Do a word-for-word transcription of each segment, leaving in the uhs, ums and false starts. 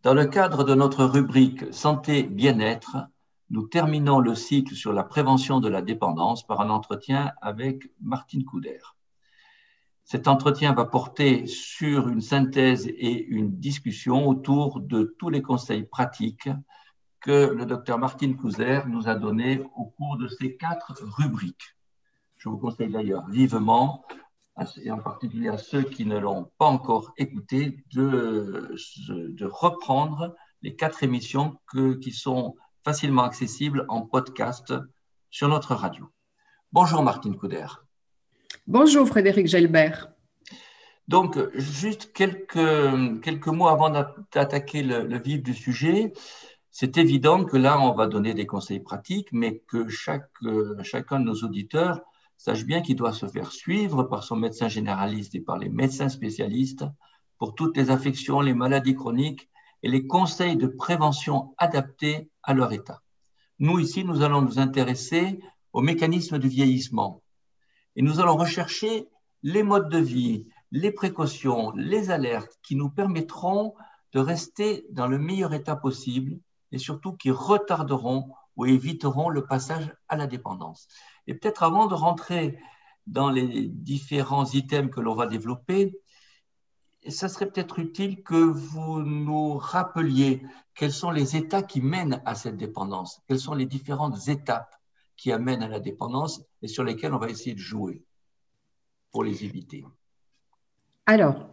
Dans le cadre de notre rubrique Santé-Bien-être, nous terminons le cycle sur la prévention de la dépendance par un entretien avec Martine Couder. Cet entretien va porter sur une synthèse et une discussion autour de tous les conseils pratiques que le docteur Martine Couder nous a donnés au cours de ces quatre rubriques. Je vous conseille d'ailleurs vivement, et en particulier à ceux qui ne l'ont pas encore écouté, de, de reprendre les quatre émissions que, qui sont facilement accessibles en podcast sur notre radio. Bonjour Martine Couder. Bonjour Frédéric Gelbert. Donc, juste quelques, quelques mots avant d'attaquer le, le vif du sujet. C'est évident que là, on va donner des conseils pratiques, mais que chaque, chacun de nos auditeurs sache bien qu'il doit se faire suivre par son médecin généraliste et par les médecins spécialistes pour toutes les affections, les maladies chroniques et les conseils de prévention adaptés à leur état. Nous, ici, nous allons nous intéresser au mécanisme du vieillissement et nous allons rechercher les modes de vie, les précautions, les alertes qui nous permettront de rester dans le meilleur état possible et surtout qui retarderont ou éviteront le passage à la dépendance. Et peut-être avant de rentrer dans les différents items que l'on va développer, ça serait peut-être utile que vous nous rappeliez quels sont les états qui mènent à cette dépendance, quelles sont les différentes étapes qui amènent à la dépendance et sur lesquelles on va essayer de jouer pour les éviter. Alors,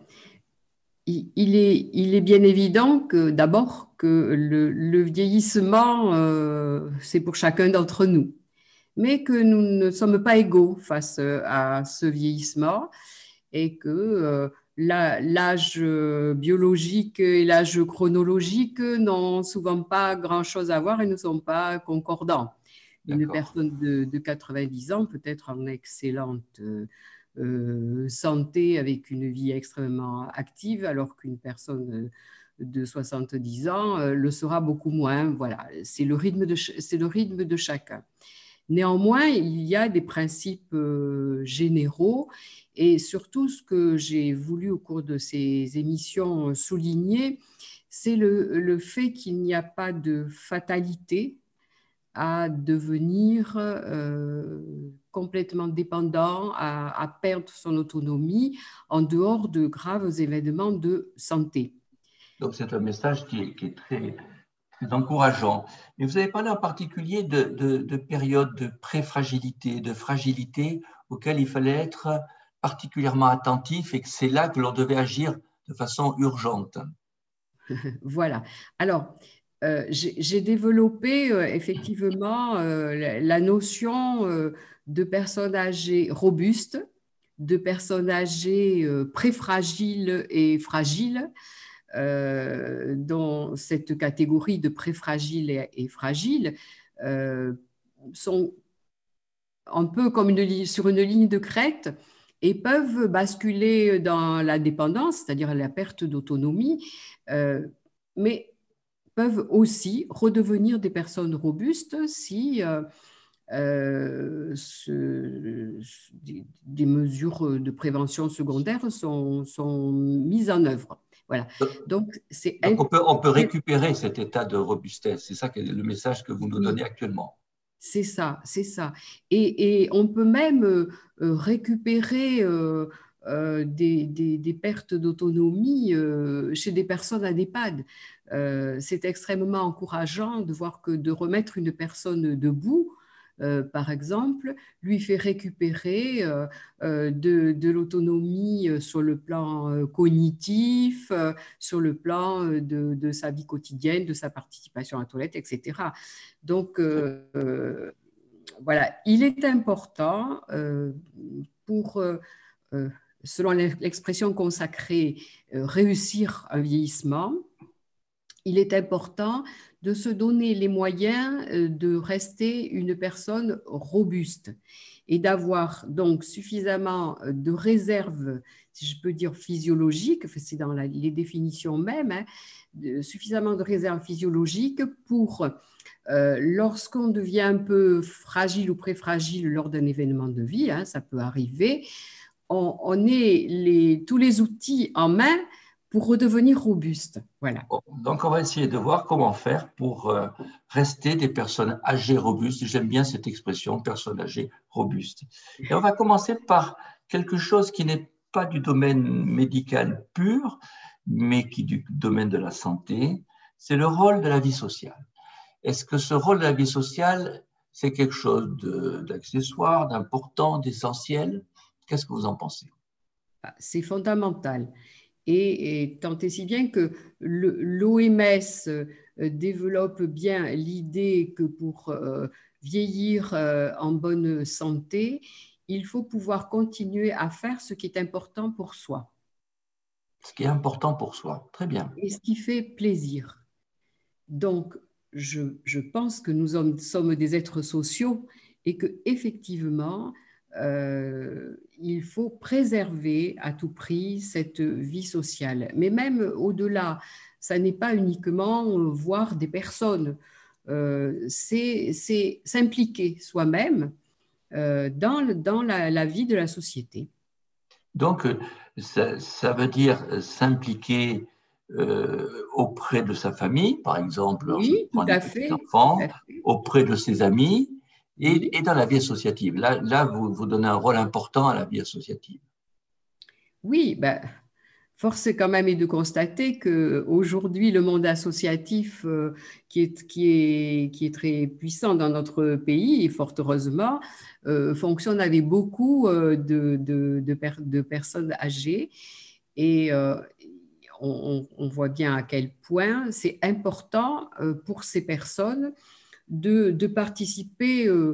il est, il est bien évident que d'abord que le, le vieillissement, euh, c'est pour chacun d'entre nous, mais que nous ne sommes pas égaux face à ce vieillissement et que euh, l'âge biologique et l'âge chronologique n'ont souvent pas grand-chose à voir et ne sont pas concordants. Une personne de, de quatre-vingt-dix ans peut être en excellente Euh, santé avec une vie extrêmement active, alors qu'une personne de soixante-dix ans euh, le sera beaucoup moins. Voilà, c'est le rythme de, c'est le rythme de chacun. Néanmoins, il y a des principes euh, généraux et surtout ce que j'ai voulu au cours de ces émissions souligner, c'est le, le fait qu'il n'y a pas de fatalité à devenir euh, complètement dépendant, à, à perdre son autonomie en dehors de graves événements de santé. Donc, c'est un message qui est, qui est très, très encourageant. Mais vous avez parlé en particulier de, de, de périodes de pré-fragilité, de fragilité auxquelles il fallait être particulièrement attentif et que c'est là que l'on devait agir de façon urgente. Voilà. Alors, Euh, j'ai développé euh, effectivement euh, la, la notion euh, de personnes âgées robustes, de personnes âgées euh, pré-fragiles et fragiles, euh, dont cette catégorie de pré-fragiles et, et fragiles euh, sont un peu comme une, sur une ligne de crête et peuvent basculer dans la dépendance, c'est-à-dire la perte d'autonomie, euh, mais peuvent aussi redevenir des personnes robustes si euh, euh, ce, des, des mesures de prévention secondaire sont, sont mises en œuvre. Voilà. Donc, c'est Donc on, peut, on peut récupérer cet état de robustesse. C'est ça que le message que vous nous donnez actuellement. C'est ça, c'est ça. Et, et on peut même euh, récupérer euh, euh, des, des, des pertes d'autonomie euh, chez des personnes en EHPAD. Euh, c'est extrêmement encourageant de voir que de remettre une personne debout, euh, par exemple, lui fait récupérer euh, euh, de, de l'autonomie sur le plan euh, cognitif, euh, sur le plan de, de sa vie quotidienne, de sa participation à la toilette, et cetera. Donc, euh, euh, voilà, il est important euh, pour, euh, selon l'expression consacrée, euh, réussir un vieillissement. Il est important de se donner les moyens de rester une personne robuste et d'avoir donc suffisamment de réserves, si je peux dire physiologiques, c'est dans la, les définitions même, hein, de, suffisamment de réserves physiologiques pour, euh, lorsqu'on devient un peu fragile ou pré-fragile lors d'un événement de vie, hein, ça peut arriver, on, on ait les, tous les outils en main pour redevenir robuste. Voilà. Donc, on va essayer de voir comment faire pour euh, rester des personnes âgées robustes. J'aime bien cette expression, personnes âgées robustes. Et on va commencer par quelque chose qui n'est pas du domaine médical pur, mais qui est du domaine de la santé. C'est le rôle de la vie sociale. Est-ce que ce rôle de la vie sociale, c'est quelque chose d'accessoire, d'important, d'essentiel? Qu'est-ce que vous en pensez? C'est fondamental. Et, et tant et si bien que l'O M S développe bien l'idée que pour euh, vieillir euh, en bonne santé, il faut pouvoir continuer à faire ce qui est important pour soi. Ce qui est important pour soi, très bien. Et ce qui fait plaisir. Donc, je, je pense que nous sommes, sommes des êtres sociaux et que effectivement, euh, il faut préserver à tout prix cette vie sociale. Mais même au-delà, ça n'est pas uniquement voir des personnes, euh, c'est s'impliquer soi-même euh, dans, dans la, la vie de la société. Donc, ça, ça veut dire s'impliquer euh, auprès de sa famille, par exemple, lorsqu'on Oui, prend tout des à fait, petits-enfants, tout à fait. auprès de ses amis et, Oui. et dans la vie associative. Là, là vous, vous donnez un rôle important à la vie associative. Oui, ben, force est quand même est de constater qu'aujourd'hui, le monde associatif euh, qui, est, qui, est, qui est très puissant dans notre pays, et fort heureusement, euh, fonctionne avec beaucoup euh, de, de, de, per, de personnes âgées. Et euh, on, on, voit bien à quel point c'est important euh, pour ces personnes de, de participer euh,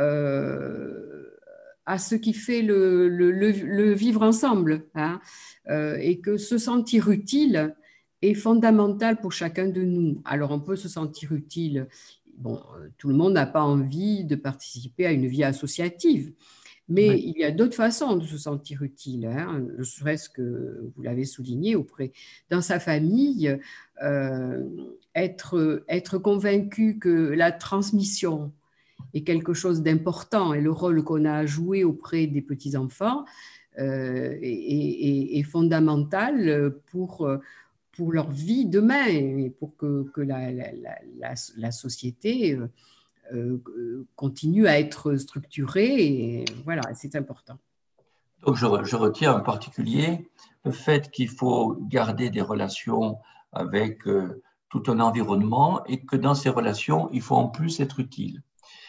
euh, à ce qui fait le, le, le, le vivre ensemble, hein, euh, et que se sentir utile est fondamental pour chacun de nous. Alors on peut se sentir utile, bon, tout le monde n'a pas envie de participer à une vie associative, mais oui, il y a d'autres façons de se sentir utile, hein, ne serait-ce que, vous l'avez souligné, auprès, dans sa famille, euh, être, être convaincu que la transmission est quelque chose d'important et le rôle qu'on a à jouer auprès des petits-enfants euh, est, est, est fondamental pour, pour leur vie demain et pour que, que la, la, la, la société euh, continue à être structurée. Et voilà, c'est important. Donc, je, je retiens en particulier le fait qu'il faut garder des relations avec euh, tout un environnement et que dans ces relations, il faut en plus être utile.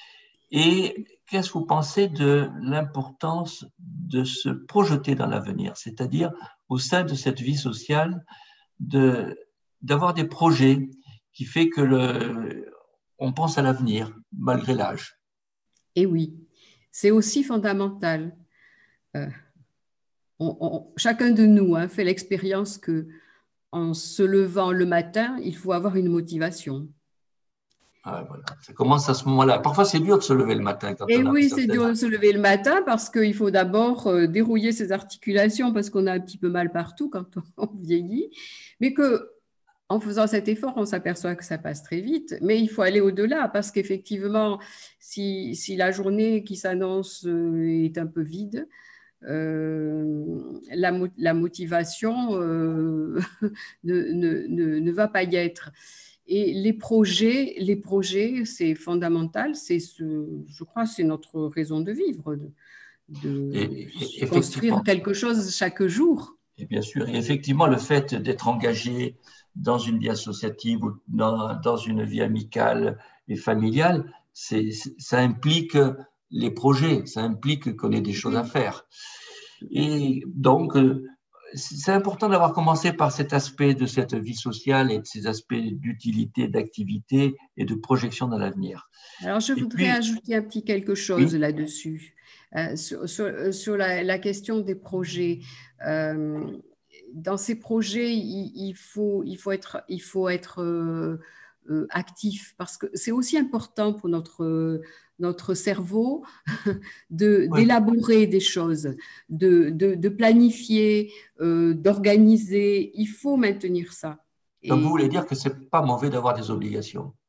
Et qu'est-ce que vous pensez de l'importance de se projeter dans l'avenir, c'est-à-dire au sein de cette vie sociale, de, d'avoir des projets qui fait que le, on pense à l'avenir malgré l'âge? Et oui, c'est aussi fondamental. Euh, on, on, chacun de nous hein, fait l'expérience que en se levant le matin, il faut avoir une motivation. Ah, voilà. Ça commence à ce moment-là. Parfois, c'est dur de se lever le matin quand Et on a oui, c'est certaines... dur de se lever le matin parce qu'il faut d'abord euh, dérouiller ses articulations parce qu'on a un petit peu mal partout quand on vieillit. Mais que, en faisant cet effort, on s'aperçoit que ça passe très vite. Mais il faut aller au-delà parce qu'effectivement, si, si la journée qui s'annonce euh, est un peu vide, euh, la, la motivation euh, ne, ne, ne, ne va pas y être. Et les projets, les projets, c'est fondamental. C'est, ce, je crois, c'est notre raison de vivre, de, de Et, et, construire quelque chose chaque jour. Et bien sûr, et effectivement, le fait d'être engagé dans une vie associative ou dans, dans une vie amicale et familiale, c'est, ça implique les projets, ça implique qu'on ait des choses à faire. Et donc, c'est important d'avoir commencé par cet aspect de cette vie sociale et de ces aspects d'utilité, d'activité et de projection dans l'avenir. Alors, je et voudrais puis, ajouter un petit quelque chose oui. là-dessus, euh, sur, sur, sur la, la, question des projets. Euh, dans ces projets, il, il, faut, il faut être, il faut être euh, euh, actif parce que c'est aussi important pour notre, notre cerveau de, Oui. d'élaborer des choses, de, de, de planifier, euh, d'organiser. Il faut maintenir ça. Donc, vous Et voulez dire que ce n'est pas mauvais d'avoir des obligations?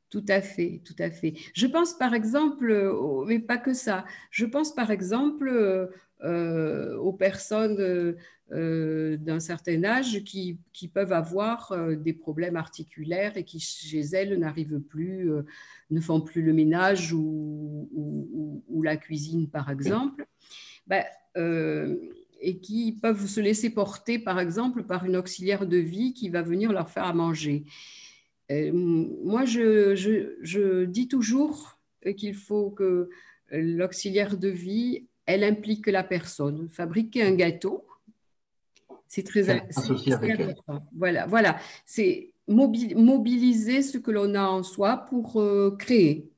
Tout à fait, tout à fait. Je pense par exemple, euh, mais pas que ça, je pense par exemple euh, euh, aux personnes euh, euh, d'un certain âge qui, qui peuvent avoir euh, des problèmes articulaires et qui chez elles n'arrivent plus, euh, ne font plus le ménage ou, ou- ou- ou la cuisine par exemple. Ben, euh, et qui peuvent se laisser porter par exemple par une auxiliaire de vie qui va venir leur faire à manger. Euh, moi, je, je- je dis toujours qu'il faut que l'auxiliaire de vie, elle implique la personne. Fabriquer un gâteau, c'est très, Qu'elle c'est s'associe c'est avec elle. important. Voilà, voilà. C'est mobi- mobiliser ce que l'on a en soi pour euh, créer.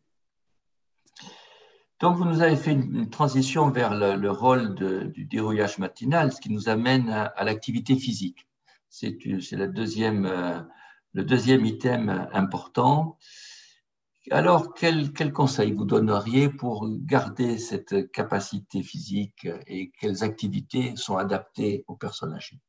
Donc, vous nous avez fait une, une transition vers le, le rôle de- du dérouillage matinal, ce qui nous amène à, à l'activité physique. C'est c'est la deuxième, euh, le deuxième item important. Alors, quel, quel conseil vous donneriez pour garder cette capacité physique et quelles activités sont adaptées aux personnes âgées?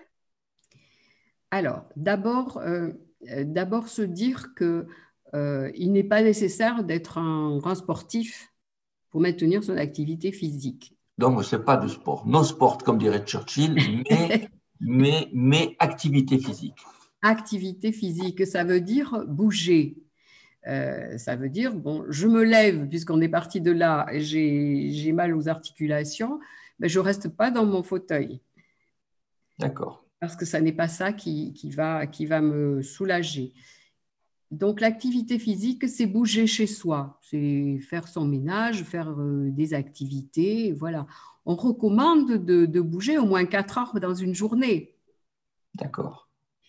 Alors, d'abord, euh, euh, d'abord se dire que euh, il n'est pas nécessaire d'être un grand sportif pour maintenir son activité physique. Donc, ce n'est pas de sport. Non sport, comme dirait Churchill, mais, mais, mais activité physique. Activité physique, ça veut dire bouger. Euh, ça veut dire, bon, je me lève, puisqu'on est parti de là, et j'ai, j'ai mal aux articulations, mais je ne reste pas dans mon fauteuil, D'accord. parce que ça n'est pas ça qui, qui va, qui va me soulager. Donc, l'activité physique, c'est bouger chez soi, c'est faire son ménage, faire euh, des activités, voilà. On recommande de, de bouger au moins quatre heures dans une journée. D'accord.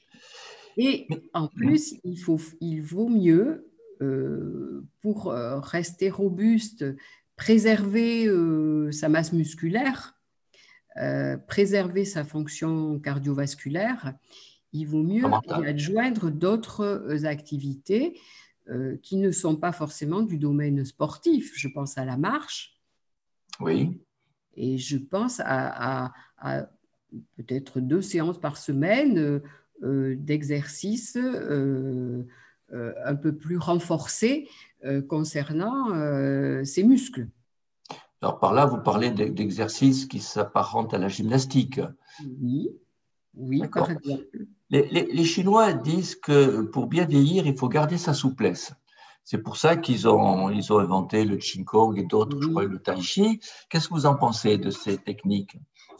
Et Mais- en hmm, plus, il faut, il vaut mieux, euh, pour euh, rester robuste, préserver euh, sa masse musculaire, euh, préserver sa fonction cardiovasculaire. Il vaut mieux y Fondamental. adjoindre d'autres euh, activités euh, qui ne sont pas forcément du domaine sportif. Je pense à la marche Oui. et je pense à, à- à peut-être deux séances par semaine euh, euh, d'exercices euh, euh, un peu plus renforcés euh, concernant euh, ces muscles. Alors par là, vous parlez d'e- d'exercices qui s'apparentent à la gymnastique. Oui, oui, par D'accord. exemple. Les, les- les Chinois disent que pour bien vieillir, il faut garder sa souplesse. C'est pour ça qu'ils ont, ils ont inventé le Qigong et d'autres, je crois, Oui, le Tai Chi. Qu'est-ce que vous en pensez de ces techniques?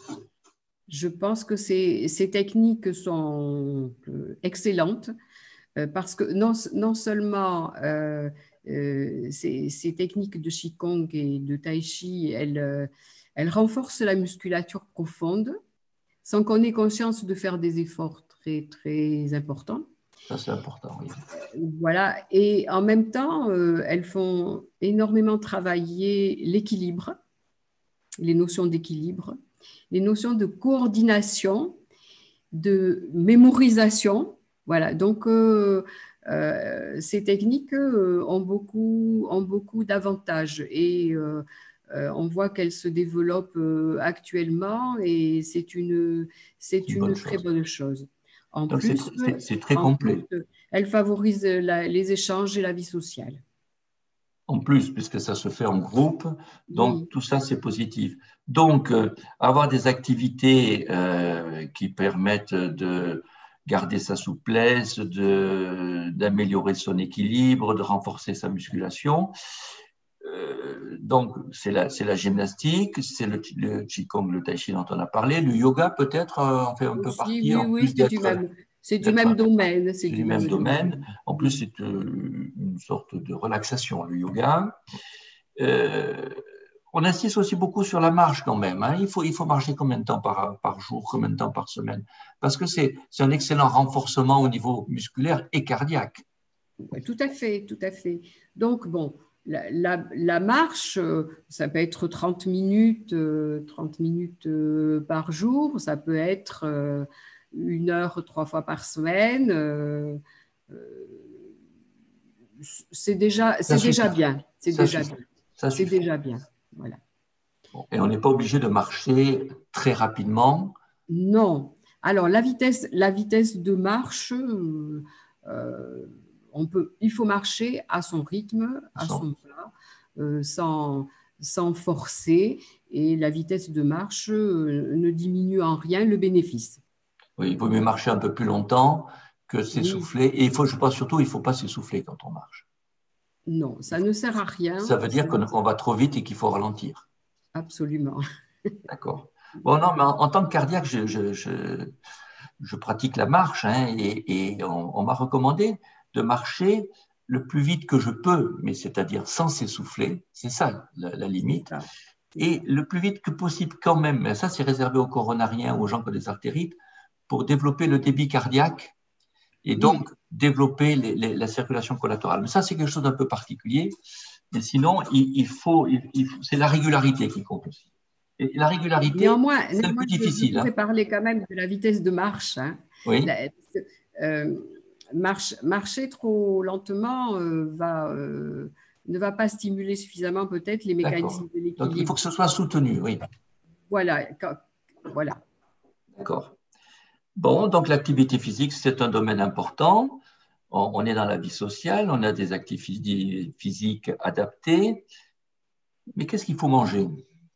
je pense que ces, ces techniques sont euh, excellentes euh, parce que non, non seulement euh, euh, ces, ces techniques de Qigong et de Tai Chi, elles, euh, elles renforcent la musculature profonde sans qu'on ait conscience de faire des efforts très, très importants. Ça, c'est important, oui. Voilà. Et en même temps, euh, elles font énormément travailler l'équilibre, les notions d'équilibre, les notions de coordination, de mémorisation. Voilà. Donc, euh, euh, ces techniques euh, ont beaucoup, ont beaucoup d'avantages et euh, euh, on voit qu'elles se développent euh, actuellement et c'est une, C'est c'est une bonne une très chose. bonne chose. En Donc, c'est plus, tr- c'est- c'est très en plus, complet. elles favorisent la- les échanges et la vie sociale. En plus, puisque ça se fait en groupe, donc Oui, tout ça, c'est positif. Donc, euh, avoir des activités euh, qui permettent de garder sa souplesse, de, d'améliorer son équilibre, de renforcer sa musculation. Euh, donc, c'est la, c'est la gymnastique, c'est le, le Qigong, le Tai Chi dont on a parlé. Le yoga, peut-être, euh, en fait un peu aussi, partie, oui, en oui, plus c'est du d'être, même, c'est du même d'être domaine, c'est c'est du du même même domaine. domaine. En plus, Oui. c'est euh, une sorte de relaxation, le yoga. Euh, on insiste aussi beaucoup sur la marche quand même. Hein. Il faut, il faut marcher combien de temps par, par jour, combien de temps par semaine? Parce que c'est un excellent renforcement au niveau musculaire et cardiaque. Ouais, tout à fait, tout à fait. Donc, bon, la, la- la marche, euh, ça peut être trente minutes, euh, trente minutes euh, par jour, ça peut être euh, une heure trois fois par semaine. euh, euh, c'est déjà, Ça c'est déjà suffit. bien, c'est Ça déjà suffit. bien, Ça c'est suffit. déjà bien. Voilà. Bon. Et on n'est pas obligé de marcher très rapidement. Non. Alors, la vitesse, la vitesse de marche, euh, euh, on peut, il faut marcher à son rythme, à son plat, euh, sans, sans forcer, et la vitesse de marche euh, ne diminue en rien le bénéfice. Oui, il vaut mieux marcher un peu plus longtemps que Oui, s'essouffler. Et il faut, je pense surtout, il ne faut pas s'essouffler quand on marche. non, ça ne sert à rien. Ça veut Ça dire ne- qu'on va trop vite et qu'il faut ralentir. Absolument. D'accord. Bon, non, mais en, en tant que cardiaque, je, je, je, je pratique la marche, hein, et, et on, on m'a recommandé de marcher le plus vite que je peux, mais c'est-à-dire sans s'essouffler. C'est ça la, la C'est limite. ça. C'est Et ça. le plus vite que possible quand même. Mais ça, c'est réservé aux coronariens, aux gens qui ont des artérites, pour développer le débit cardiaque et donc Oui, développer les, les, la circulation collatérale. Mais ça, c'est quelque chose d'un peu particulier. Mais sinon, il, il faut, il, il faut c'est la régularité qui compte aussi. Et la régularité, néanmoins, c'est le plus néanmoins je, je difficile. pourrais Hein. parler quand même de la vitesse de marche, hein. Oui, La- euh, marche- marcher trop lentement euh, va, euh, ne va pas stimuler suffisamment peut-être les d'accord. mécanismes de Donc, il faut que l'équilibre. ce soit soutenu, oui. Voilà, quand- voilà. D'accord. Bon, donc l'activité physique, c'est un domaine important. On, on est dans la vie sociale, on a des activités physiques adaptées. Mais qu'est-ce qu'il faut manger?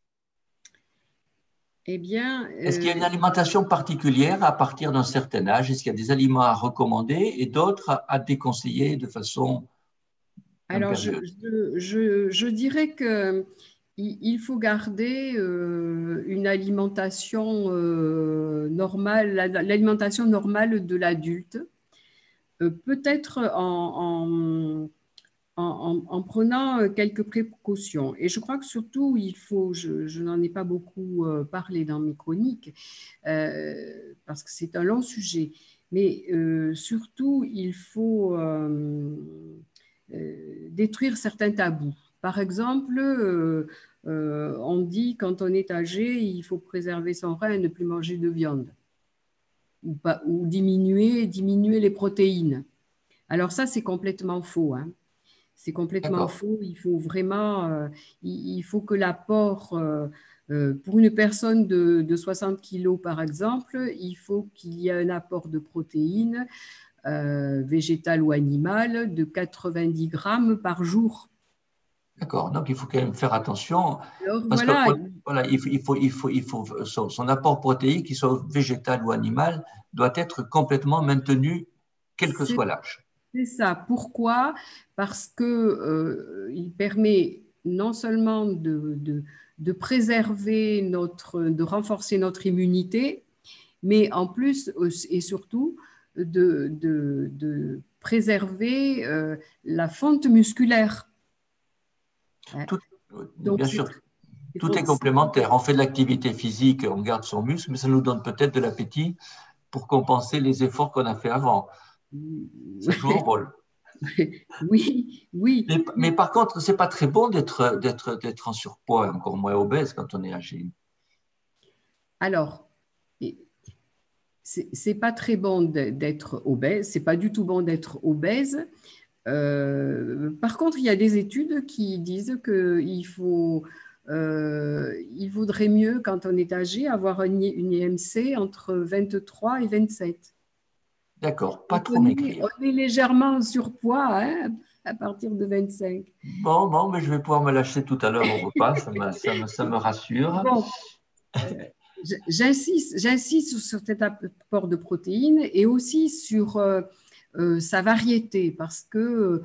Eh bien, Est-ce qu'il y a une euh, alimentation particulière à partir d'un certain âge? Est-ce qu'il y a des aliments à recommander et d'autres à, à déconseiller de façon alors je, impérieuse? je- je- je dirais que il il faut garder euh, une alimentation euh, normale, la- l'alimentation normale de l'adulte. Euh, peut-être en, en- en- en prenant euh, quelques précautions. Et je crois que surtout, il faut, je, je n'en ai pas beaucoup euh, parlé dans mes chroniques, euh, parce que c'est un long sujet, mais euh, surtout, il faut euh, euh, détruire certains tabous. Par exemple, euh, euh, on dit quand on est âgé, il faut préserver son rein et ne plus manger de viande, ou, pas, ou diminuer, diminuer les protéines. Alors ça, c'est complètement faux, hein. C'est complètement D'accord, faux. Il faut vraiment, euh, il, il faut que l'apport, euh, euh, pour une personne de, de soixante kilos par exemple, il faut qu'il y ait un apport de protéines euh, végétales ou animales de quatre-vingt-dix grammes par jour. d'accord. Donc il faut quand même faire attention Alors parce que voilà, voilà, il faut, il faut, il faut, il faut son, son apport protéique, qu'il soit végétal ou animal, doit être complètement maintenu, quel que c'est soit l'âge. c'est ça. Pourquoi? Parce que euh, il permet non seulement de, de, de préserver notre, de renforcer notre immunité, mais en plus et surtout de, de, de préserver euh, la fonte musculaire, hein. Tout, Donc, bien c'est sûr, très, tout est c'est complémentaire. On fait de l'activité physique, on garde son muscle, mais ça nous donne peut-être de l'appétit pour compenser les efforts qu'on a fait avant. Ça joue un rôle. oui, Mais, oui, mais oui. par contre, c'est pas très bon d'être, d'être, d'être en surpoids, encore moins obèse quand on est âgé. Alors, c'est c'est pas très bon d'être obèse, c'est pas du tout bon d'être obèse. Euh, par contre, il y a des études qui disent qu'il faut, euh, il vaudrait mieux, quand on est âgé, avoir une, une I M C entre vingt-trois et vingt-sept. D'accord, pas Donc, trop on est, maigrir. on est légèrement en surpoids, hein, à partir de vingt-cinq. Bon, bon, mais je vais pouvoir me lâcher tout à l'heure au repas, ça me, ça me, ça me rassure. Bon, euh, j'insiste, j'insiste sur cet apport de protéines et aussi sur euh, euh, sa variété, parce que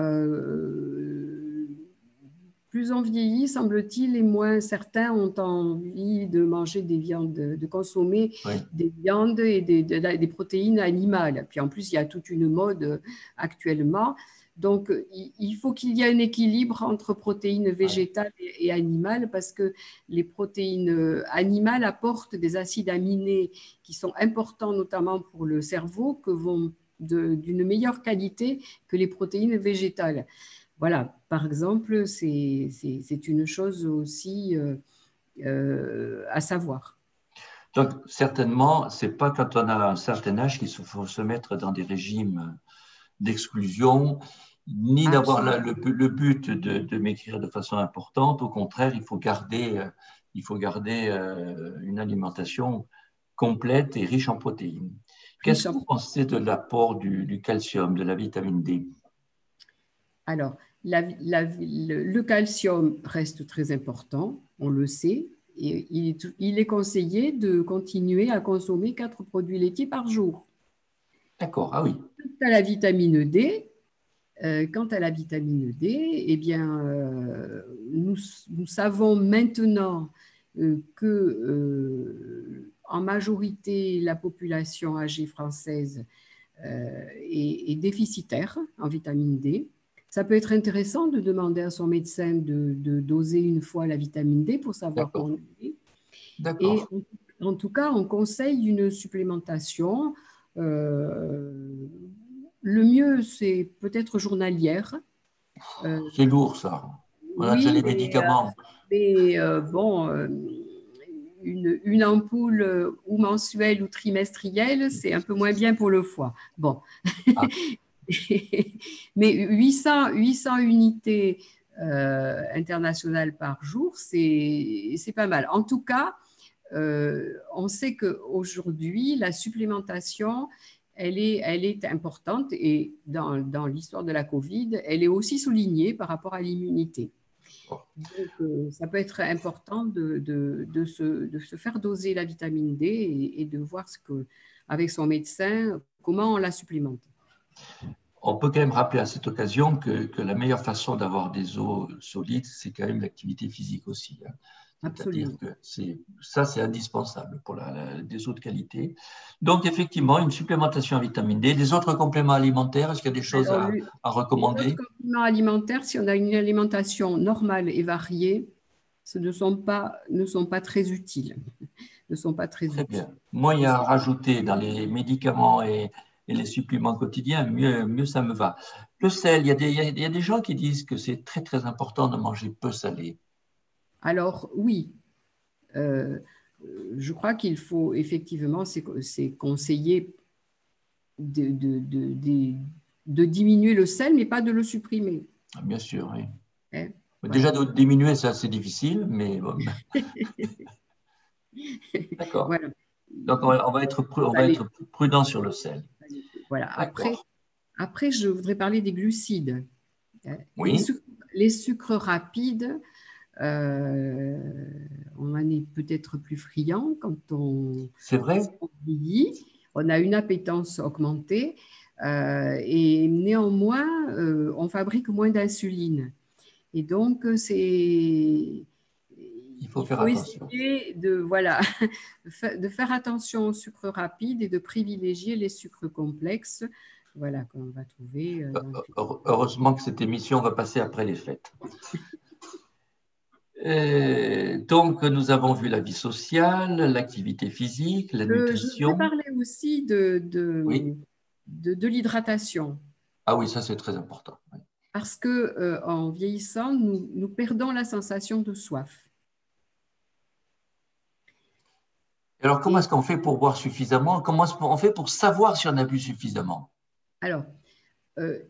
euh, plus on vieillit, semble-t-il, et moins certains ont envie de manger des viandes, de consommer Oui, des viandes et des, des protéines animales. Puis en plus, il y a toute une mode actuellement. Donc, il faut qu'il y ait un équilibre entre protéines ouais. végétales et animales parce que les protéines animales apportent des acides aminés qui sont importants notamment pour le cerveau, que vont d'une meilleure qualité que les protéines végétales. Voilà, par exemple, c'est une chose aussi euh, euh, à savoir. Donc, certainement, c'est pas quand on a un certain âge qu'il faut se mettre dans des régimes d'exclusion, ni d'avoir le, Absolument. le, but de, de maigrir de façon importante. Au contraire, il faut garder, il faut garder une alimentation complète et riche en protéines. Qu'est-ce que vous pensez de l'apport du, du calcium, de la vitamine D? Alors, la, la, le, le calcium reste très important, on le sait. Et il, est, il est conseillé de continuer à consommer quatre produits laitiers par jour. D'accord, ah oui. Quant à la vitamine D, euh, quant à la vitamine D, eh bien, euh, nous, nous savons maintenant euh, que, euh, en majorité, la population âgée française euh, est, est déficitaire en vitamine D. Ça peut être intéressant de demander à son médecin de, de doser une fois la vitamine D pour savoir où on est. Et en, en tout cas, on conseille une supplémentation. Euh, le mieux, c'est peut-être journalière. Euh, c'est lourd, ça. On a déjà oui, les mais, médicaments. Euh, mais euh, bon, euh, une, une ampoule ou mensuelle ou trimestrielle, c'est un peu moins bien pour le foie. Bon. Ah. Mais huit cents, huit cents unités euh, internationales par jour, c'est pas mal. En tout cas, euh, on sait qu'aujourd'hui, la supplémentation, elle est, elle est importante et dans, dans l'histoire de la Covid, elle est aussi soulignée par rapport à l'immunité. Donc, euh, ça peut être important de, de, de, se, de se faire doser la vitamine D et, et de voir ce que, avec son médecin comment on la supplémente. On peut quand même rappeler à cette occasion que, que la meilleure façon d'avoir des os solides, c'est quand même l'activité physique aussi. Hein. C'est-à-dire que ça, c'est indispensable pour la, la, des os de qualité. Donc, effectivement, une supplémentation en vitamine D. Les autres compléments alimentaires, est-ce qu'il y a des choses Alors, à, lui, à recommander? Les autres compléments alimentaires, si on a une alimentation normale et variée, ce ne sont pas, ne sont pas très utiles. Ne sont pas très, très utiles. Bien. Moi, il y a à rajouter dans les médicaments et, et les suppléments quotidiens, mieux, mieux ça me va. Le sel, il y a des, il y a des gens qui disent que c'est très, très important de manger peu salé. Alors, oui. Euh, je crois qu'il faut effectivement, c'est conseillé de, de, de, de, de diminuer le sel, mais pas de le supprimer. Bien sûr, oui. Hein, Déjà, voilà. de diminuer, c'est assez difficile, mais bon. D'accord. Voilà. Donc, on va, on va, être, on va être prudent sur le sel. Voilà. Après, après, je voudrais parler des glucides. Oui. Les sucres, les sucres rapides, euh, on en est peut-être plus friand quand on, c'est vrai. on vieillit. On a une appétence augmentée euh, et néanmoins, euh, on fabrique moins d'insuline. Et donc, c'est... Il faut, il faire faut attention. essayer de, voilà, de faire attention aux sucres rapides et de privilégier les sucres complexes, voilà, qu'on va trouver. Dans Heureusement que cette émission va passer après les fêtes. Et donc, nous avons vu la vie sociale, l'activité physique, la euh, nutrition. Je voudrais parler aussi de, de, oui. de, de l'hydratation. Ah oui, ça c'est très important. Oui. Parce que euh, en vieillissant, nous, nous perdons la sensation de soif. Alors, comment est-ce qu'on fait pour boire suffisamment? Comment est-ce qu'on fait pour savoir si on a bu suffisamment? Alors, euh,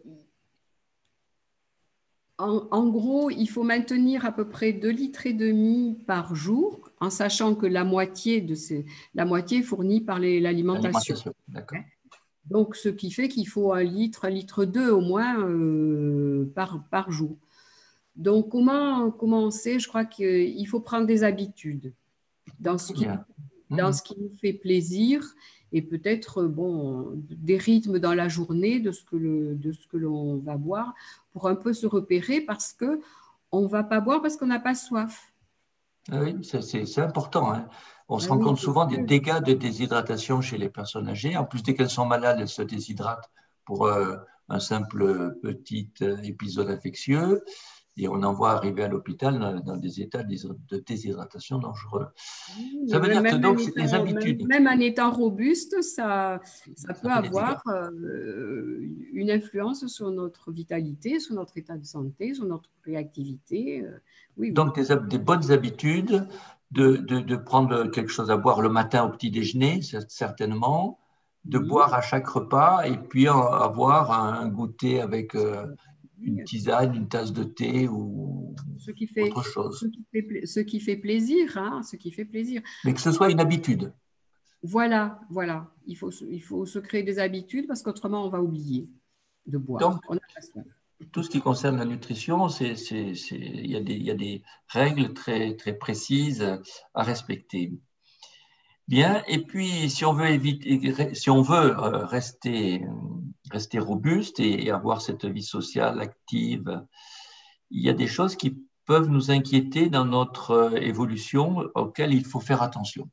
en, en gros, il faut maintenir à peu près deux litres et demi par jour, en sachant que la moitié de ces, la moitié est fournie par l'alimentation. D'accord. Donc, ce qui fait qu'il faut un litre, un litre deux au moins euh, par, par jour. Donc, comment commencer? Je crois qu'il faut prendre des habitudes dans ce qui, dans ce qui nous fait plaisir et peut-être bon, des rythmes dans la journée de ce que le, de ce que l'on va boire pour un peu se repérer parce qu'on ne va pas boire parce qu'on n'a pas soif. Oui, c'est important. Hein. On ah se rend oui, compte souvent des dégâts de déshydratation chez les personnes âgées. En plus, dès qu'elles sont malades, elles se déshydratent pour euh, un simple petit épisode infectieux. Et on en voit arriver à l'hôpital dans, dans des états de déshydratation dangereux. Oui, ça veut dire que donc, étant, les habitudes. Même, même en étant robuste, ça, ça, ça peut avoir euh, une influence sur notre vitalité, sur notre état de santé, sur notre réactivité. Euh, oui, donc, oui. Des, des bonnes habitudes, de, de, de prendre quelque chose à boire le matin au petit déjeuner, certainement, de oui. boire à chaque repas et puis avoir un goûter avec euh, une tisane, une tasse de thé ou ce qui fait, autre chose. Ce qui fait, ce qui fait plaisir, hein, ce qui fait plaisir. Mais que ce soit une habitude. Voilà, voilà. Il faut, se- il faut se créer des habitudes parce qu'autrement, on va oublier de boire. Donc, On n'a pas soin. tout ce qui concerne la nutrition, c'est, c'est, c'est, il y a des, il y a des règles très, très précises à respecter. Bien, et puis si on veut éviter, si on veut euh, rester, rester robuste et, et avoir cette vie sociale active, il y a des choses qui peuvent nous inquiéter dans notre euh, évolution auxquelles il faut faire attention.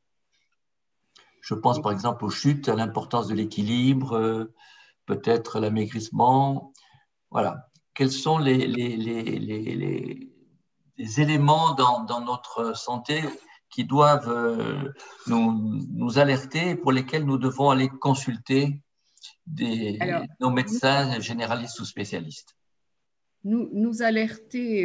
Je pense par exemple aux chutes, à l'importance de l'équilibre, euh, peut-être l'amaigrissement. Voilà. Quels sont les, les, les, les, les- les éléments dans, dans notre santé qui doivent euh, nous, nous alerter et pour lesquels nous devons aller consulter Alors, des, nos nous, médecins généralistes ou spécialistes? nous, nous alerter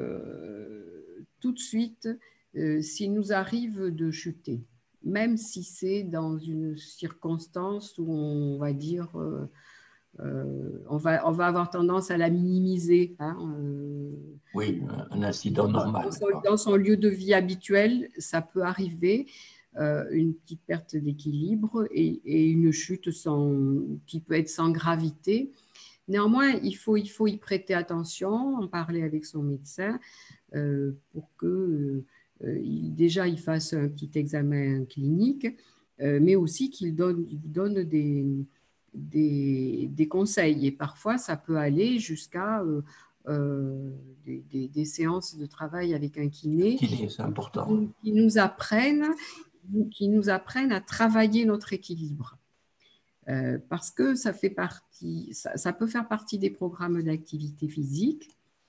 euh, tout de suite euh, s'il nous arrive de chuter, même si c'est dans une circonstance où on va dire, euh, euh, on va, on va avoir tendance à la minimiser, hein, euh, Oui, un incident dans normal. son, dans son lieu de vie habituel, ça peut arriver, euh, une petite perte d'équilibre et, et une chute sans, qui peut être sans gravité. Néanmoins, il faut, il faut y prêter attention, en parler avec son médecin euh, pour que euh, il, déjà il fasse un petit examen clinique, euh, mais aussi qu'il donne, il donne des, des, des conseils. Et parfois, ça peut aller jusqu'à euh, euh, des, des, des séances de travail avec un kiné Kiné, c'est important. qui, qui nous apprennent, qui nous apprennent à travailler notre équilibre. Euh, parce que ça fait partie, ça, ça peut faire partie des programmes d'activité physique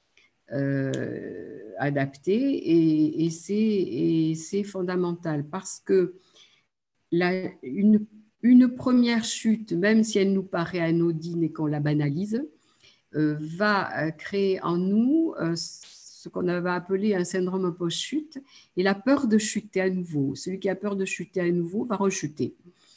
euh, adaptés et, et c'est fondamental parce que la, une, une première chute, même si elle nous paraît anodine et qu'on la banalise, euh, va créer en nous euh, ce qu'on va appeler un syndrome post-chute et la peur de chuter à nouveau. Celui qui a peur de chuter à nouveau va rechuter.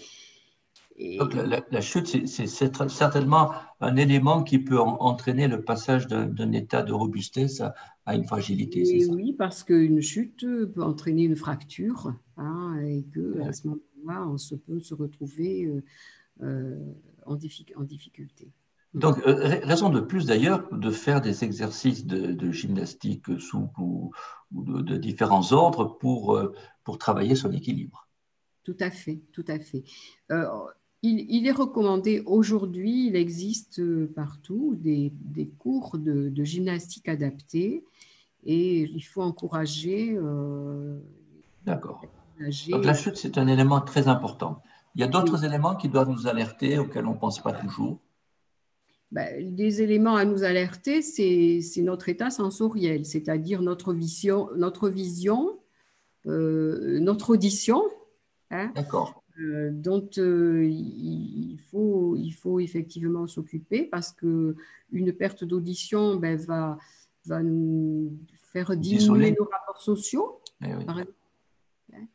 Donc, Et, la, la, la chute, c'est certainement un élément qui peut en, entraîner le passage d'un état de robustesse à, à une fragilité, c'est et ça? oui, parce qu'une chute peut entraîner une fracture hein, et qu'à Oui. ce moment-là, on se peut se retrouver euh, euh, en, diffi en difficulté. Donc, euh, raison de plus d'ailleurs de faire des exercices de, de gymnastique souple ou, ou de, de, différents ordres pour, euh, pour travailler son équilibre. Tout à fait, tout à fait. Euh, il, il, est recommandé aujourd'hui, il existe partout des, des cours de, de, gymnastique adaptés et il faut encourager. Euh, D'accord. Donc, la encourager chute, c'est un élément très important. Il y a oui. d'autres éléments qui doivent nous alerter, auxquels on ne pense pas toujours. Ben, des éléments à nous alerter, c'est notre état sensoriel, c'est-à-dire notre vision, notre, vision euh, notre audition, hein, D'accord. euh, dont euh, il, faut, il faut effectivement s'occuper parce qu'une perte d'audition ben, va, va nous faire diminuer D'isoler. nos rapports sociaux, Eh oui. par exemple, hein,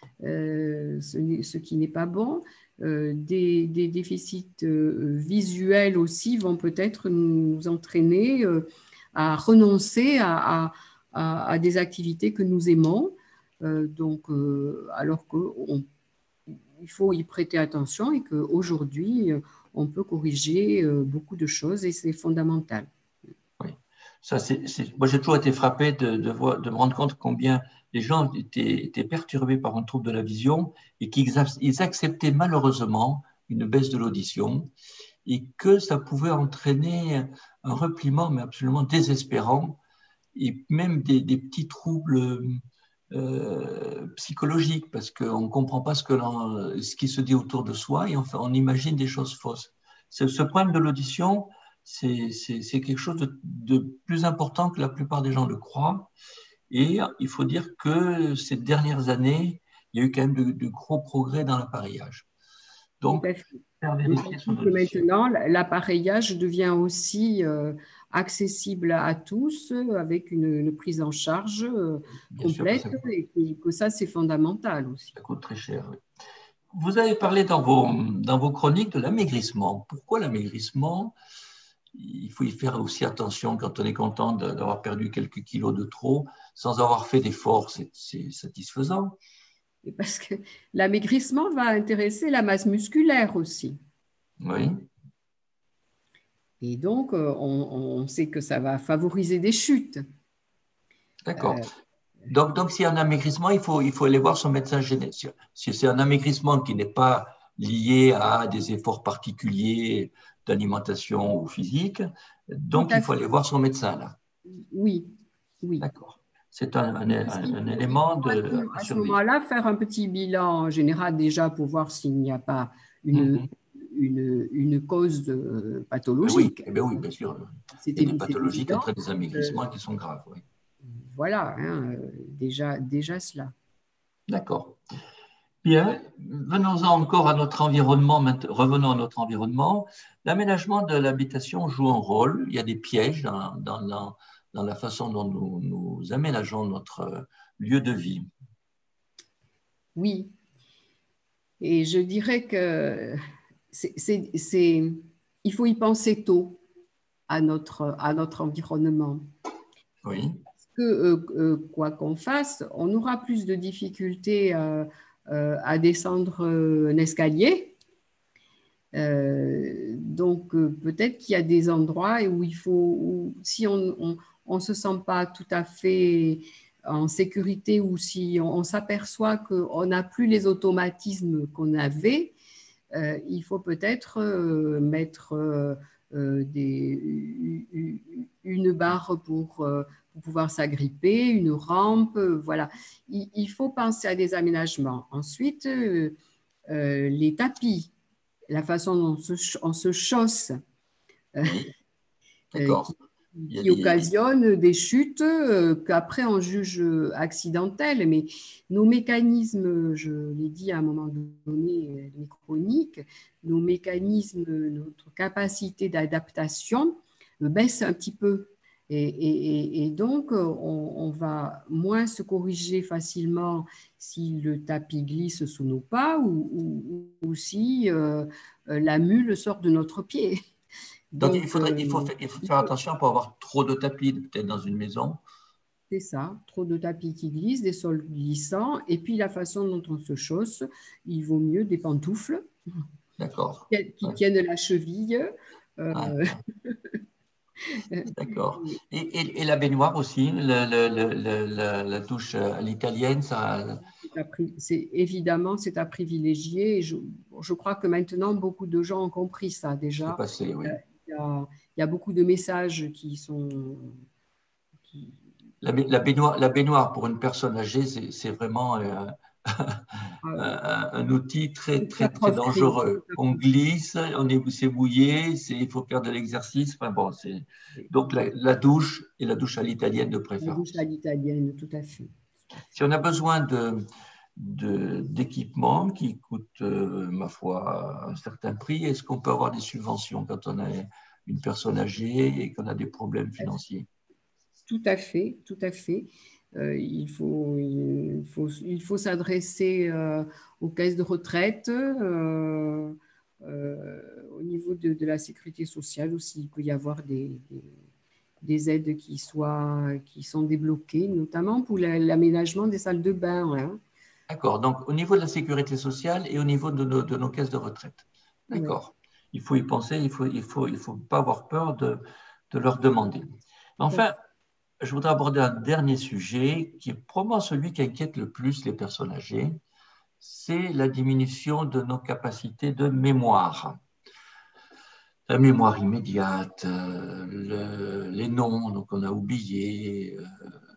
euh, ce, ce, qui n'est pas bon. Euh, des, des, déficits euh, visuels aussi vont peut-être nous entraîner euh, à renoncer à, à, à, à, des activités que nous aimons. Euh, donc, euh, alors qu'il faut y prêter attention et qu'aujourd'hui, on peut corriger euh, beaucoup de choses et c'est fondamental. Oui. Ça, c'est, moi, j'ai toujours été frappé de, de, voir, de me rendre compte combien les gens étaient, étaient perturbés par un trouble de la vision et qu'ils ils acceptaient malheureusement une baisse de l'audition et que ça pouvait entraîner un repliement, mais absolument désespérant, et même des, des petits troubles euh, psychologiques, parce qu'on ne comprend pas ce, que ce qui se dit autour de soi et on, on imagine des choses fausses. Ce, ce problème de l'audition, c'est quelque chose de, de plus important que la plupart des gens le croient. Et il faut dire que ces dernières années, il y a eu quand même de, de gros progrès dans l'appareillage. Donc, faire vérifier son Que audition. maintenant, l'appareillage devient aussi euh, accessible à tous avec une, une prise en charge euh, Bien sûr que complète ça coûte, et que, que ça, c'est fondamental aussi. ça coûte très cher. Oui. Vous avez parlé dans vos, dans vos chroniques de l'amaigrissement. Pourquoi l'amaigrissement? Il faut y faire aussi attention quand on est content d'avoir perdu quelques kilos de trop sans avoir fait d'efforts, c'est satisfaisant. Et parce que l'amaigrissement va intéresser la masse musculaire aussi. Oui, Et donc, euh, on, on sait que ça va favoriser des chutes. d'accord. Euh, Donc, donc s'il y a un amaigrissement, il faut, il faut aller voir son médecin génétique. Si c'est un amaigrissement qui n'est pas lié à des efforts particuliers d'alimentation ou physique, tout donc il à faut fait. aller voir son médecin là. Oui, oui. D'accord. C'est un, un- Parce un- qu'il un faut, il élément faut à de, ce, à à ce surveiller. moment-là faire un petit bilan général déjà pour voir s'il n'y a pas une, Mhm. une, une cause euh, Ben oui, pathologique. eh ben oui, bien sûr. C'est Il y a des c'est pathologies qui évident. entraînent des Euh, amaigrissements qui sont graves. Oui. voilà, hein, euh, déjà, déjà cela. D'accord. Bien, venons-en encore à notre environnement. Revenons à notre environnement. L'aménagement de l'habitation joue un rôle. Il y a des pièges dans, dans la, dans la façon dont nous, nous aménageons notre lieu de vie. Oui, et je dirais que c'est, c'est- c'est- il faut y penser tôt à notre, à notre environnement. Oui, Que, euh, euh, quoi qu'on fasse, on aura plus de difficultés euh, euh, à descendre euh, un escalier. Euh, donc, euh, peut-être qu'il y a des endroits où il faut, où, si on ne se sent pas tout à fait en sécurité ou si on, on s'aperçoit qu'on n'a plus les automatismes qu'on avait, euh, il faut peut-être euh, mettre euh, euh, des, une barre pour, euh, pour pouvoir s'agripper, une rampe, euh, voilà. Il, il, faut penser à des aménagements. Ensuite, euh, euh, les tapis, la façon dont on se, on se chausse, euh, oui, euh, d'accord. qui, Il y a qui des... occasionnent des chutes euh, qu'après on juge accidentelles. Mais nos mécanismes, je l'ai dit à un moment donné, les chroniques, nos mécanismes, notre capacité d'adaptation euh, baisse un petit peu. Et, et, et donc, on, on, va moins se corriger facilement si le tapis glisse sous nos pas ou, ou, ou si euh, la mule sort de notre pied. Donc, il Donc, faudrait, il faut, euh, faire, il faut faire attention pour avoir trop de tapis, peut-être dans une maison. c'est ça, trop de tapis qui glissent, des sols glissants, et puis la façon dont on se chausse, il vaut mieux des pantoufles D'accord. qui, qui Ouais. tiennent la cheville. Ouais, Euh, ouais. D'accord. Et, et, et la baignoire aussi, le, le, le, le, la douche à l'italienne, ça, c'est évidemment, c'est à privilégier. Et je, je, crois que maintenant, beaucoup de gens ont compris ça c'est déjà. passé, oui. Il y a, il y a beaucoup de messages qui sont... Qui, La, la, baignoire, la baignoire pour une personne âgée, c'est vraiment euh, un, un, outil très, c'est à très, très preuve créée. dangereux. On glisse, on est, c'est mouillé, il faut faire de l'exercice. Enfin bon, donc la, la douche et la douche à l'italienne de La douche à préférence. l'italienne, tout à fait. Tout à fait. Si on a besoin de, d'équipements qui coûtent, euh, ma foi, un certain prix, est-ce qu'on peut avoir des subventions quand on est une personne âgée et qu'on a des problèmes financiers? Tout à fait, tout à fait. Euh, il faut, il faut, il faut s'adresser euh, aux caisses de retraite, euh, euh, au niveau de, de, la sécurité sociale aussi. Il peut y avoir des, des, des aides qui, soient, qui sont débloquées, notamment pour l'aménagement des salles de bain. Hein. D'accord. Donc, au niveau de la sécurité sociale et au niveau de nos, de nos caisses de retraite. Ouais. D'accord. Il faut y penser, il ne faut, il faut, il faut pas avoir peur de, de leur demander. Enfin, je voudrais aborder un dernier sujet qui est probablement celui qui inquiète le plus les personnes âgées, c'est la diminution de nos capacités de mémoire. La mémoire immédiate, euh, le, les noms qu'on a oubliés. Euh,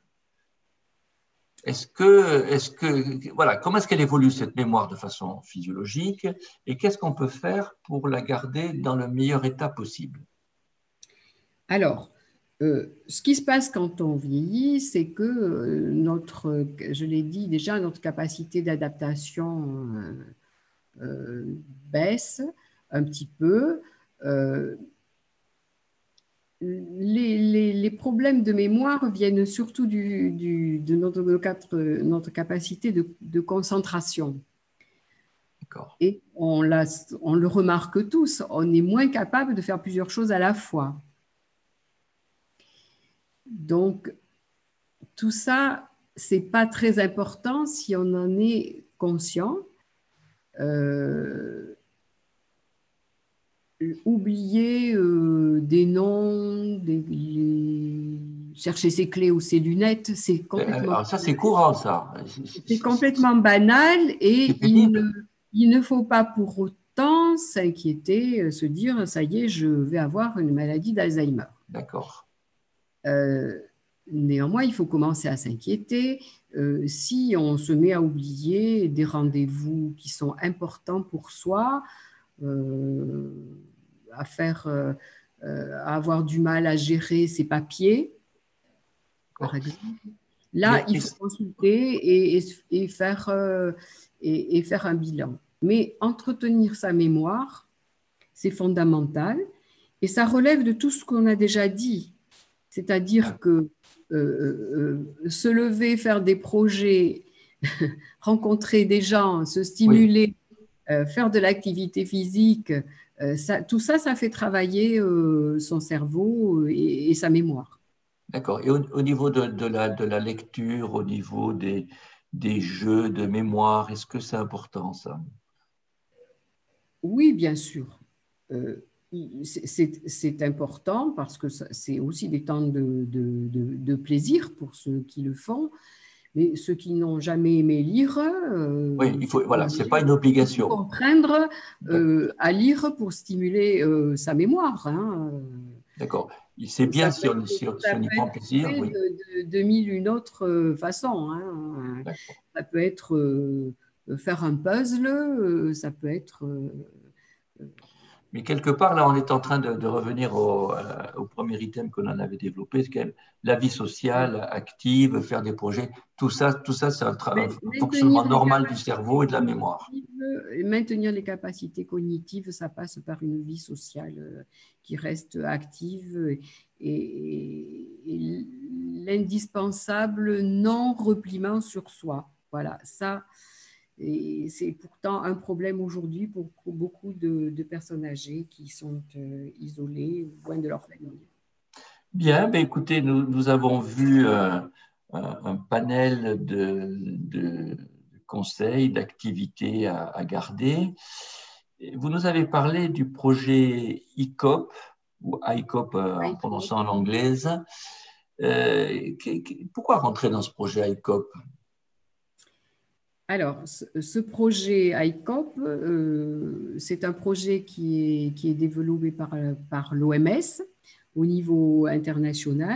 est-ce que, est-ce que, voilà, comment est-ce qu'elle évolue cette mémoire de façon physiologique et qu'est-ce qu'on peut faire pour la garder dans le meilleur état possible? Alors, euh, ce qui se passe quand on vieillit, c'est que euh, notre, je l'ai dit déjà, notre capacité d'adaptation euh, euh, baisse un petit peu. Euh, les, les, les, problèmes de mémoire viennent surtout du, du, de notre, notre capacité de, de concentration. Et on, la, on le remarque tous, on est moins capable de faire plusieurs choses à la fois. Donc, tout ça, c'est pas très important si on en est conscient, euh, oublier euh, des noms, des, les- chercher ses clés ou ses lunettes, c'est complètement, Alors ça, c'est courant, ça. c'est complètement banal C'est et il ne, pénible. il ne faut pas pour autant s'inquiéter, euh, se dire, ça y est, je vais avoir une maladie d'Alzheimer. D'accord. Euh, néanmoins, il faut commencer à s'inquiéter euh, si on se met à oublier des rendez-vous qui sont importants pour soi, euh, à faire, euh, euh, à avoir du mal à gérer ses papiers, par exemple. Là, Mais, il faut consulter et, et- et faire, euh, et, et faire un bilan. Mais entretenir sa mémoire, c'est fondamental et ça relève de tout ce qu'on a déjà dit. C'est-à-dire que euh, euh, euh, se lever, faire des projets, rencontrer des gens, se oui, stimuler, euh, faire de l'activité physique, euh, ça, tout ça, ça fait travailler euh, son cerveau et, et sa mémoire. d'accord. Et au, au niveau de, de la, de la lecture, au niveau des, des jeux de mémoire, est-ce que c'est important, ça? Oui, bien sûr. Euh, c'est c'est important parce que c'est aussi des temps de, de, de, de plaisir pour ceux qui le font. Mais ceux qui n'ont jamais aimé lire, Oui, euh, il c'est faut, pas voilà, c'est obligé pas une de tout obligation. contraindre D'ac- euh, à lire pour stimuler euh, sa mémoire, hein. D'accord. C'est bien Ça peut si on, être, si on, si ça on y peut prend être plaisir, fait oui. de, de, de mille une autres euh, façons, hein. D'accord. Ça peut être euh, faire un puzzle, euh, ça peut être… euh, Mais quelque part, là, on est en train de, de revenir au, euh, au premier item qu'on en avait développé, c'est la vie sociale, active, faire des projets. Tout ça, tout ça, c'est un, tra- un fonctionnement Maintenir les normal du capacités cerveau et de la mémoire. cognitives, maintenir les capacités cognitives, ça passe par une vie sociale euh, qui reste active et, et l'indispensable non-repliement sur soi. Voilà, ça, et c'est pourtant un problème aujourd'hui pour beaucoup de, de personnes âgées qui sont euh, isolées, loin de leur famille. Bien, ben écoutez, nous, nous avons vu euh, un, un panel de, de conseils, d'activités à, à garder. Vous nous avez parlé du projet I C O P, ou I C O P euh, en prononçant en anglaise. Euh, que- que- pourquoi rentrer dans ce projet I C O P? Alors, ce, ce projet I C O P, euh, c'est un projet qui est, qui est développé par, par l'O M S au niveau international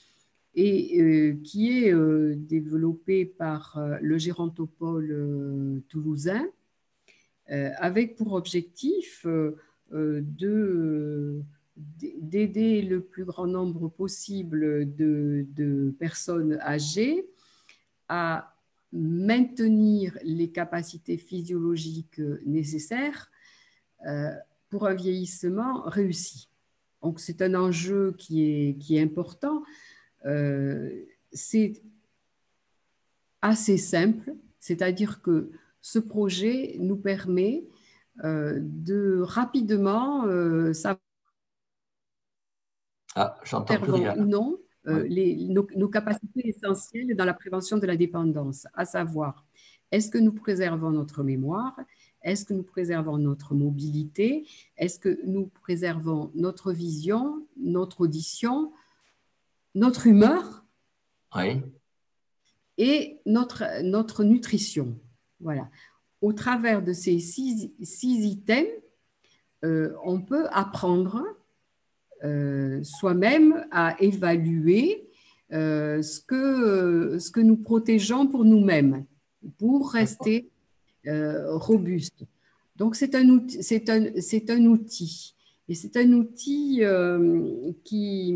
et euh, qui est euh, développé par euh, le Gérontopole euh, toulousain euh, avec pour objectif euh, euh, de, d'aider le plus grand nombre possible de, de personnes âgées à maintenir les capacités physiologiques nécessaires euh, pour un vieillissement réussi. Donc, c'est un enjeu qui est, qui est important. Euh, c'est assez simple, c'est-à-dire que ce projet nous permet euh, de rapidement euh, savoir Ah, j'entends plus servant rien. ou non Oui. euh, les, nos, nos capacités essentielles dans la prévention de la dépendance, à savoir, est-ce que nous préservons notre mémoire? Est-ce que nous préservons notre mobilité? Est-ce que nous préservons notre vision, notre audition, notre humeur Oui. et notre, notre nutrition? Voilà. Au travers de ces six, six items, euh, on peut apprendre euh, soi-même à évaluer euh, ce, que, ce que nous protégeons pour nous-mêmes, pour D'accord. rester euh, robuste. Donc, c'est un outil, c'est un, c'est un outil. Et c'est un outil euh, qui,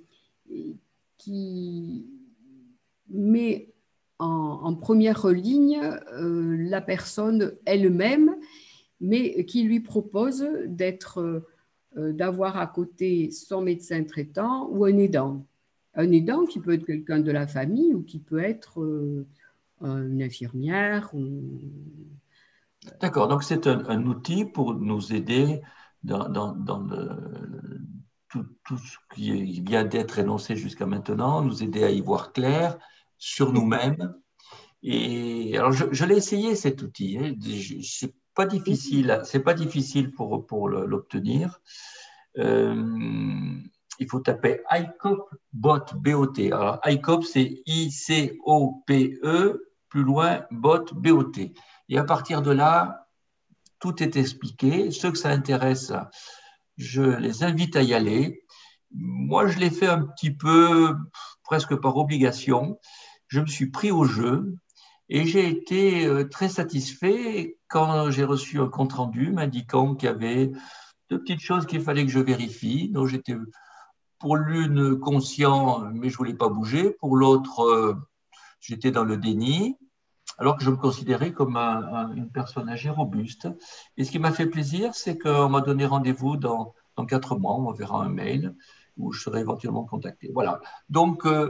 qui met en, en première ligne euh, la personne elle-même, mais qui lui propose d'être, euh, d'avoir à côté son médecin traitant ou un aidant. Un aidant qui peut être quelqu'un de la famille ou qui peut être euh, une infirmière. Ou… D'accord. Donc, c'est un, un outil pour nous aider dans, dans, dans le, tout, tout ce qui vient d'être énoncé jusqu'à maintenant, nous aider à y voir clair sur nous-mêmes Et alors, je, je l'ai essayé cet outil. Hein. C'est pas difficile, c'est pas difficile pour, pour l'obtenir. Euh, il faut taper ICOP bot, B O T. Alors, ICOP, c'est I C O P E, plus loin, bot, B O T. Et à partir de là, tout est expliqué. Ceux que ça intéresse, je les invite à y aller. Moi, je l'ai fait un petit peu, presque par obligation. Je me suis pris au jeu et j'ai été très satisfait quand j'ai reçu un compte-rendu m'indiquant qu'il y avait deux petites choses qu'il fallait que je vérifie. Donc, j'étais pour l'une conscient, mais je ne voulais pas bouger. Pour l'autre, j'étais dans le déni, alors que je me considérais comme un, un, une personne âgée robuste. Et ce qui m'a fait plaisir, c'est qu'on m'a donné rendez-vous dans, dans quatre mois. On m'enverra un mail où je serai éventuellement contacté. Voilà. Donc, euh,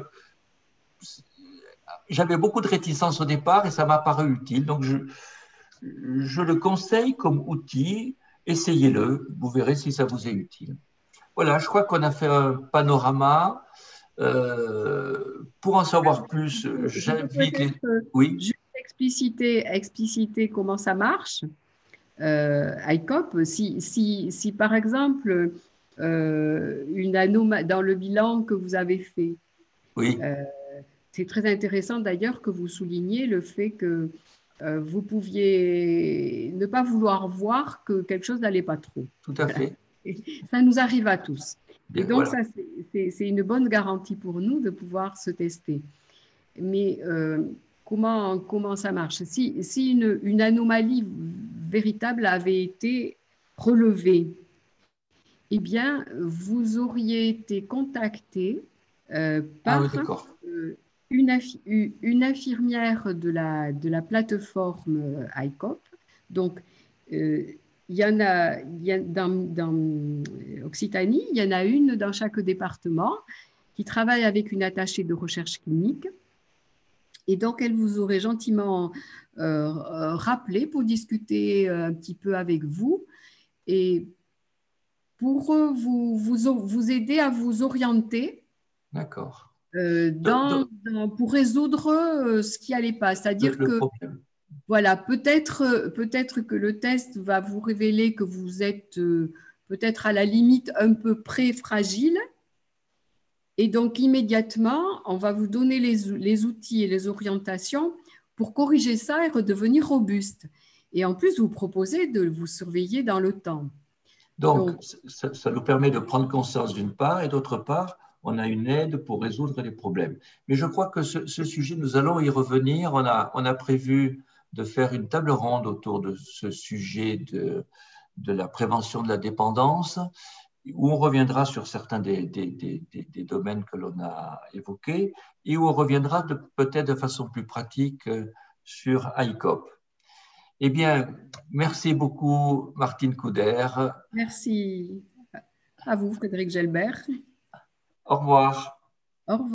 j'avais beaucoup de réticence au départ et ça m'a paru utile. Donc, je, je le conseille comme outil. Essayez-le. Vous verrez si ça vous est utile. Voilà, je crois qu'on a fait un panorama. Euh, pour en savoir plus, j'invite les… Oui. Juste expliciter, expliciter comment ça marche. Euh, ICOP, si, si, si par exemple, euh, une anomalie dans le bilan que vous avez fait, oui. euh, c'est très intéressant d'ailleurs que vous souligniez le fait que euh, vous pouviez ne pas vouloir voir que quelque chose n'allait pas trop. Tout à fait. Ça nous arrive à tous. Bien, et donc, voilà. ça, c'est une bonne garantie pour nous de pouvoir se tester. Mais euh, comment, comment ça marche? Si, si une, une anomalie véritable avait été relevée, eh bien, vous auriez été contacté euh, Ah oui, par euh, une, une infirmière de la, de la plateforme ICOP. Donc, euh, il y en a, il y a dans, dans Occitanie, il y en a une dans chaque département qui travaille avec une attachée de recherche clinique. Et donc, elle vous aurait gentiment euh, rappelé pour discuter un petit peu avec vous et pour vous, vous, vous aider à vous orienter. D'accord. Euh, dans, dans, pour résoudre euh, ce qui n'allait pas. C'est-à-dire que, problème. Voilà, peut-être peut-être que le test va vous révéler que vous êtes euh, peut-être à la limite un peu près fragile. Et donc, immédiatement, on va vous donner les, les outils et les orientations pour corriger ça et redevenir robuste. Et en plus, vous proposez de vous surveiller dans le temps. Donc, Donc ça, ça nous permet de prendre conscience d'une part et d'autre part, on a une aide pour résoudre les problèmes. Mais je crois que ce, ce sujet, nous allons y revenir. On a, on a prévu de faire une table ronde autour de ce sujet de, de la prévention de la dépendance, où on reviendra sur certains des, des, des, des domaines que l'on a évoqués et où on reviendra peut-être de façon plus pratique sur ICOP. Eh bien, merci beaucoup, Martine Couder. Merci à vous, Frédéric Gelbert. Au revoir. Au revoir.